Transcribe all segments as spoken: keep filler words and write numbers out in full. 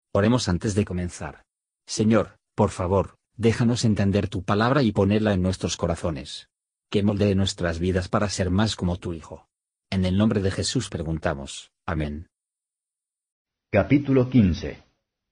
Oremos antes de comenzar. Señor, por favor, déjanos entender tu palabra y ponerla en nuestros corazones. Que moldee nuestras vidas para ser más como tu Hijo. En el nombre de Jesús preguntamos. Amén. Capítulo quince.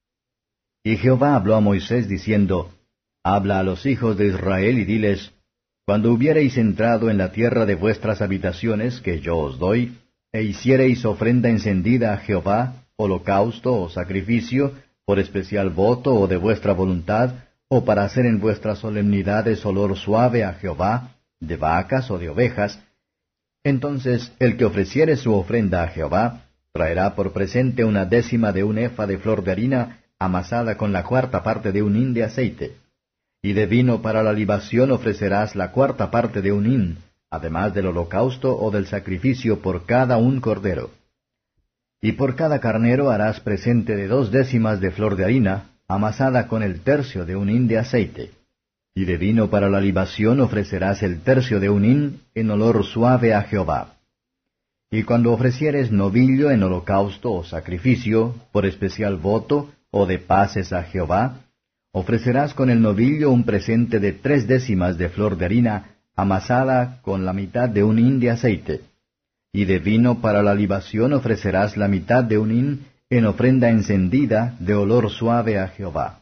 Y Jehová habló a Moisés diciendo, Habla a los hijos de Israel y diles, Cuando hubiereis entrado en la tierra de vuestras habitaciones que yo os doy, e hiciereis ofrenda encendida a Jehová, holocausto o sacrificio, por especial voto o de vuestra voluntad, o para hacer en vuestras solemnidades olor suave a Jehová, de vacas o de ovejas, entonces el que ofreciere su ofrenda a Jehová, traerá por presente una décima de un efa de flor de harina, amasada con la cuarta parte de un hin de aceite. Y de vino para la libación ofrecerás la cuarta parte de un hin, además del holocausto o del sacrificio por cada un cordero. Y por cada carnero harás presente de dos décimas de flor de harina, amasada con el tercio de un hin de aceite. Y de vino para la libación ofrecerás el tercio de un hin en olor suave a Jehová. Y cuando ofrecieres novillo en holocausto o sacrificio, por especial voto, o de paces a Jehová, ofrecerás con el novillo un presente de tres décimas de flor de harina, amasada con la mitad de un hin de aceite. Y de vino para la libación ofrecerás la mitad de un hin en ofrenda encendida de olor suave a Jehová.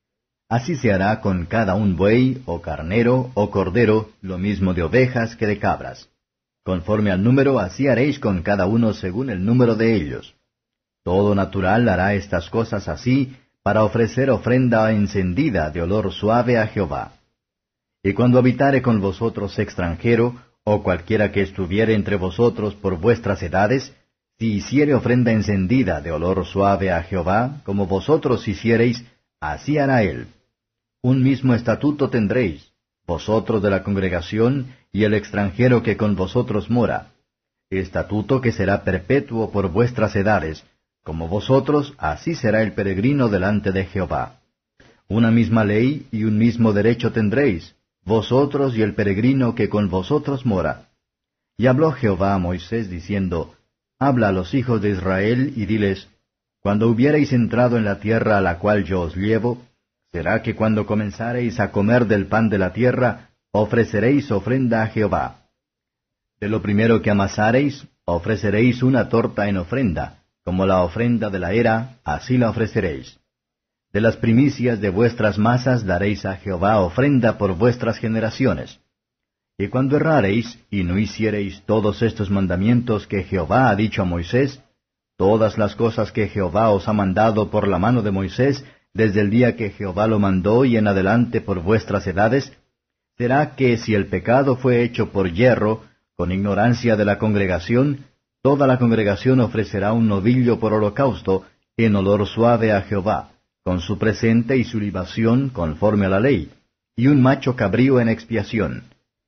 Así se hará con cada un buey, o carnero, o cordero, lo mismo de ovejas que de cabras. Conforme al número, así haréis con cada uno según el número de ellos. Todo natural hará estas cosas así, para ofrecer ofrenda encendida de olor suave a Jehová. Y cuando habitare con vosotros extranjero, o cualquiera que estuviere entre vosotros por vuestras edades, si hiciere ofrenda encendida de olor suave a Jehová, como vosotros hiciereis, así hará él. Un mismo estatuto tendréis, vosotros de la congregación y el extranjero que con vosotros mora, estatuto que será perpetuo por vuestras edades, como vosotros, así será el peregrino delante de Jehová. Una misma ley y un mismo derecho tendréis, vosotros y el peregrino que con vosotros mora. Y habló Jehová a Moisés diciendo, Habla a los hijos de Israel y diles, Cuando hubiereis entrado en la tierra a la cual yo os llevo, será que cuando comenzareis a comer del pan de la tierra, ofreceréis ofrenda a Jehová. De lo primero que amasareis, ofreceréis una torta en ofrenda, como la ofrenda de la era, así la ofreceréis. De las primicias de vuestras masas daréis a Jehová ofrenda por vuestras generaciones. Y cuando errareis, y no hiciereis todos estos mandamientos que Jehová ha dicho a Moisés, todas las cosas que Jehová os ha mandado por la mano de Moisés, desde el día que Jehová lo mandó y en adelante por vuestras edades, será que si el pecado fue hecho por yerro, con ignorancia de la congregación, toda la congregación ofrecerá un novillo por holocausto, en olor suave a Jehová, con su presente y su libación conforme a la ley, y un macho cabrío en expiación.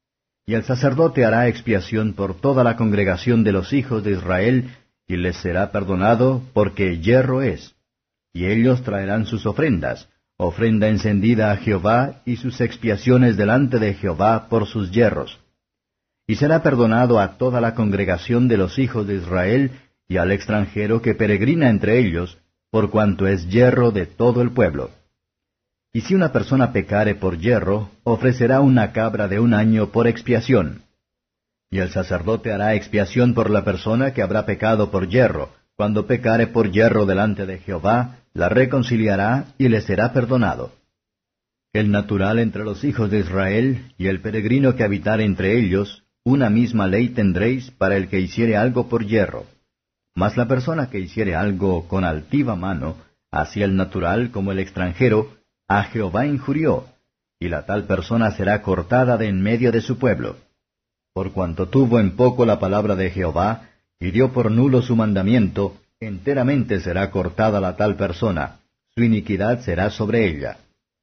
Y el sacerdote hará expiación por toda la congregación de los hijos de Israel, y les será perdonado, porque yerro es. Y ellos traerán sus ofrendas, ofrenda encendida a Jehová, y sus expiaciones delante de Jehová por sus yerros. Y será perdonado a toda la congregación de los hijos de Israel, y al extranjero que peregrina entre ellos, por cuanto es yerro de todo el pueblo. Y si una persona pecare por yerro, ofrecerá una cabra de un año por expiación. Y el sacerdote hará expiación por la persona que habrá pecado por yerro. Cuando pecare por yerro delante de Jehová, la reconciliará y le será perdonado. El natural entre los hijos de Israel, y el peregrino que habitare entre ellos, una misma ley tendréis para el que hiciere algo por yerro. Mas la persona que hiciere algo con altiva mano, así el natural como el extranjero, a Jehová injurió, y la tal persona será cortada de en medio de su pueblo. Por cuanto tuvo en poco la palabra de Jehová, y dio por nulo su mandamiento, enteramente será cortada la tal persona, su iniquidad será sobre ella.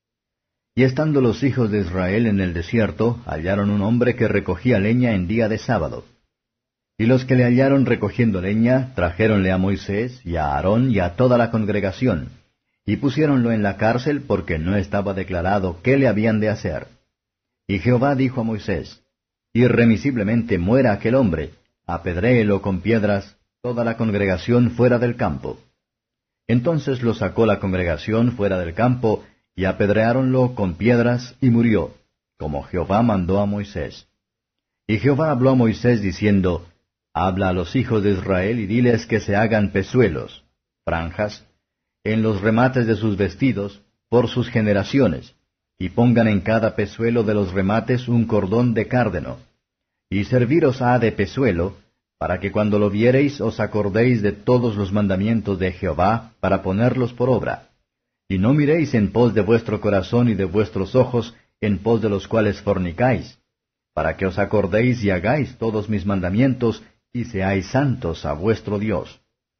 Y estando los hijos de Israel en el desierto, hallaron un hombre que recogía leña en día de sábado. Y los que le hallaron recogiendo leña, trajéronle a Moisés, y a Aarón, y a toda la congregación, y pusiéronlo en la cárcel porque no estaba declarado qué le habían de hacer. Y Jehová dijo a Moisés, Irremisiblemente muera aquel hombre, apedréelo con piedras, toda la congregación fuera del campo. Entonces lo sacó la congregación fuera del campo, y apedreáronlo con piedras, y murió, como Jehová mandó a Moisés. Y Jehová habló a Moisés diciendo, Habla a los hijos de Israel y diles que se hagan pezuelos, franjas, en los remates de sus vestidos, por sus generaciones, y pongan en cada pezuelo de los remates un cordón de cárdeno. Y serviros ha de pezuelo, para que cuando lo viereis os acordéis de todos los mandamientos de Jehová, para ponerlos por obra. Y no miréis en pos de vuestro corazón y de vuestros ojos, en pos de los cuales fornicáis, para que os acordéis y hagáis todos mis mandamientos, y seáis santos a vuestro Dios.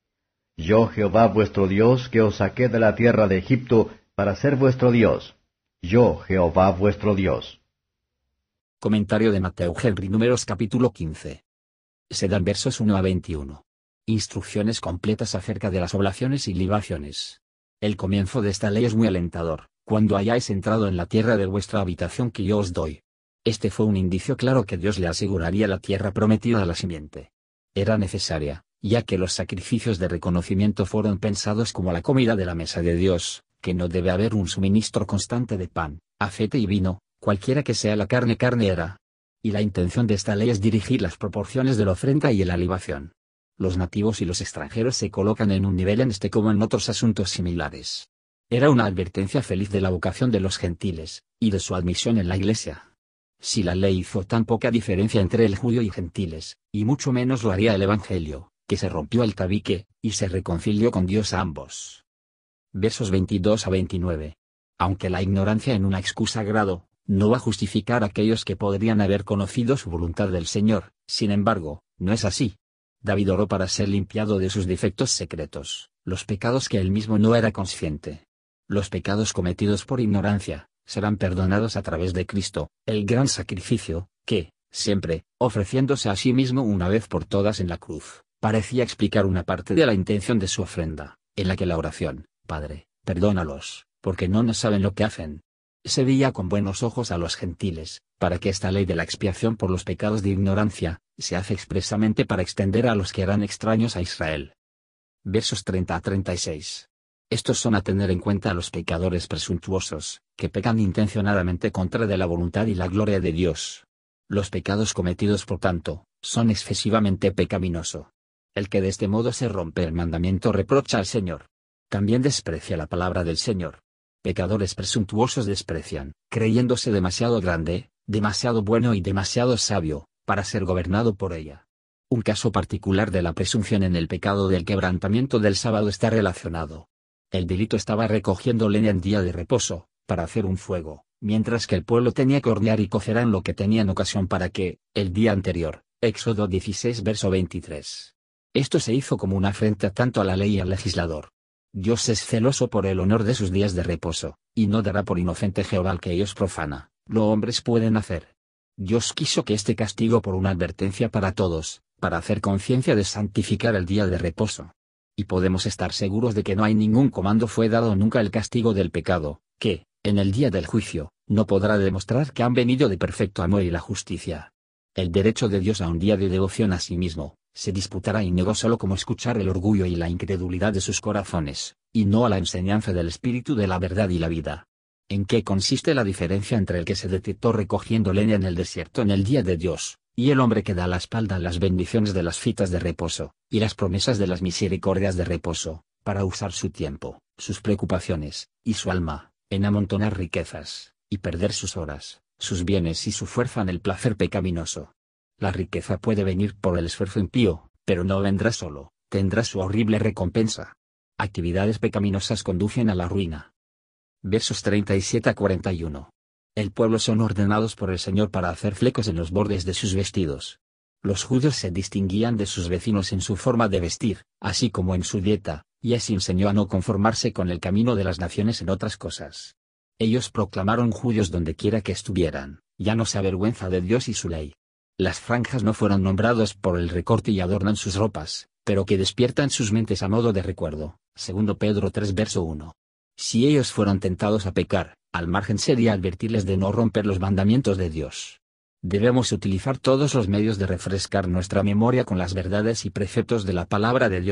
Yo Jehová vuestro Dios, que os saqué de la tierra de Egipto, para ser vuestro Dios. Yo Jehová vuestro Dios. Comentario de Mateo Henry Números capítulo quince. Se dan versos uno a veintiuno. Instrucciones completas acerca de las oblaciones y libaciones. El comienzo de esta ley es muy alentador, cuando hayáis entrado en la tierra de vuestra habitación que yo os doy. Este fue un indicio claro que Dios le aseguraría la tierra prometida a la simiente. Era necesaria, ya que los sacrificios de reconocimiento fueron pensados como la comida de la mesa de Dios, que no debe haber un suministro constante de pan, aceite y vino, cualquiera que sea la carne carne era. Y la intención de esta ley es dirigir las proporciones de la ofrenda y la libación. Los nativos y los extranjeros se colocan en un nivel en este como en otros asuntos similares. Era una advertencia feliz de la vocación de los gentiles, y de su admisión en la Iglesia. Si la ley hizo tan poca diferencia entre el judío y gentiles, y mucho menos lo haría el Evangelio, que se rompió el tabique, y se reconcilió con Dios a ambos. Versos veintidós a veintinueve. Aunque la ignorancia en una excusa grado, no va a justificar a aquellos que podrían haber conocido su voluntad del Señor, sin embargo, no es así. David oró para ser limpiado de sus defectos secretos, los pecados que él mismo no era consciente. Los pecados cometidos por ignorancia serán perdonados a través de Cristo, el gran sacrificio, que, siempre, ofreciéndose a sí mismo una vez por todas en la cruz, parecía explicar una parte de la intención de su ofrenda, en la que la oración, Padre, perdónalos, porque no nos saben lo que hacen. Se veía con buenos ojos a los gentiles, para que esta ley de la expiación por los pecados de ignorancia, se hace expresamente para extender a los que eran extraños a Israel. Versos treinta a treinta y seis. Estos son a tener en cuenta a los pecadores presuntuosos, que pecan intencionadamente contra de la voluntad y la gloria de Dios. Los pecados cometidos por tanto, son excesivamente pecaminosos. El que de este modo se rompe el mandamiento reprocha al Señor. También desprecia la palabra del Señor. Pecadores presuntuosos desprecian, creyéndose demasiado grande, demasiado bueno y demasiado sabio, para ser gobernado por ella. Un caso particular de la presunción en el pecado del quebrantamiento del sábado está relacionado. El delito estaba recogiendo leña en día de reposo, para hacer un fuego, mientras que el pueblo tenía que hornear y cocer en lo que tenían ocasión para que, el día anterior, Éxodo dieciséis verso veintitrés. Esto se hizo como una afrenta tanto a la ley y al legislador. Dios es celoso por el honor de sus días de reposo, y no dará por inocente Jehová al que ellos profana, lo hombres pueden hacer. Dios quiso que este castigo por una advertencia para todos, para hacer conciencia de santificar el día de reposo. Y podemos estar seguros de que no hay ningún comando fue dado nunca el castigo del pecado, que, en el día del juicio, no podrá demostrar que han venido de perfecto amor y la justicia. El derecho de Dios a un día de devoción a sí mismo, se disputará y negó solo como escuchar el orgullo y la incredulidad de sus corazones, y no a la enseñanza del Espíritu de la verdad y la vida. ¿En qué consiste la diferencia entre el que se detectó recogiendo leña en el desierto en el día de Dios, y el hombre que da la espalda a las bendiciones de las fitas de reposo, y las promesas de las misericordias de reposo, para usar su tiempo, sus preocupaciones, y su alma, en amontonar riquezas, y perder sus horas, sus bienes y su fuerza en el placer pecaminoso? La riqueza puede venir por el esfuerzo impío, pero no vendrá solo, tendrá su horrible recompensa. Actividades pecaminosas conducen a la ruina. Versos treinta y siete a cuarenta y uno. El pueblo son ordenados por el Señor para hacer flecos en los bordes de sus vestidos. Los judíos se distinguían de sus vecinos en su forma de vestir, así como en su dieta, y así enseñó a no conformarse con el camino de las naciones en otras cosas. Ellos proclamaron judíos donde quiera que estuvieran, ya no se avergüenza de Dios y su ley. Las franjas no fueron nombrados por el recorte y adornan sus ropas, pero que despiertan sus mentes a modo de recuerdo. Segundo Pedro tres verso uno. Si ellos fueron tentados a pecar, al margen sería advertirles de no romper los mandamientos de Dios. Debemos utilizar todos los medios de refrescar nuestra memoria con las verdades y preceptos de la palabra de Dios,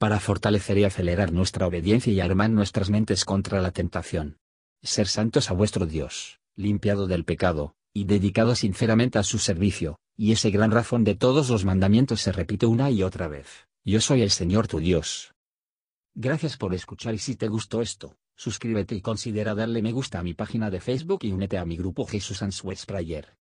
para fortalecer y acelerar nuestra obediencia y armar nuestras mentes contra la tentación. Ser santos a vuestro Dios, limpiado del pecado, y dedicado sinceramente a su servicio, y esa gran razón de todos los mandamientos se repite una y otra vez: yo soy el Señor tu Dios. Gracias por escuchar, y si te gustó esto, suscríbete y considera darle me gusta a mi página de Facebook y únete a mi grupo Jesús Answers Prayer.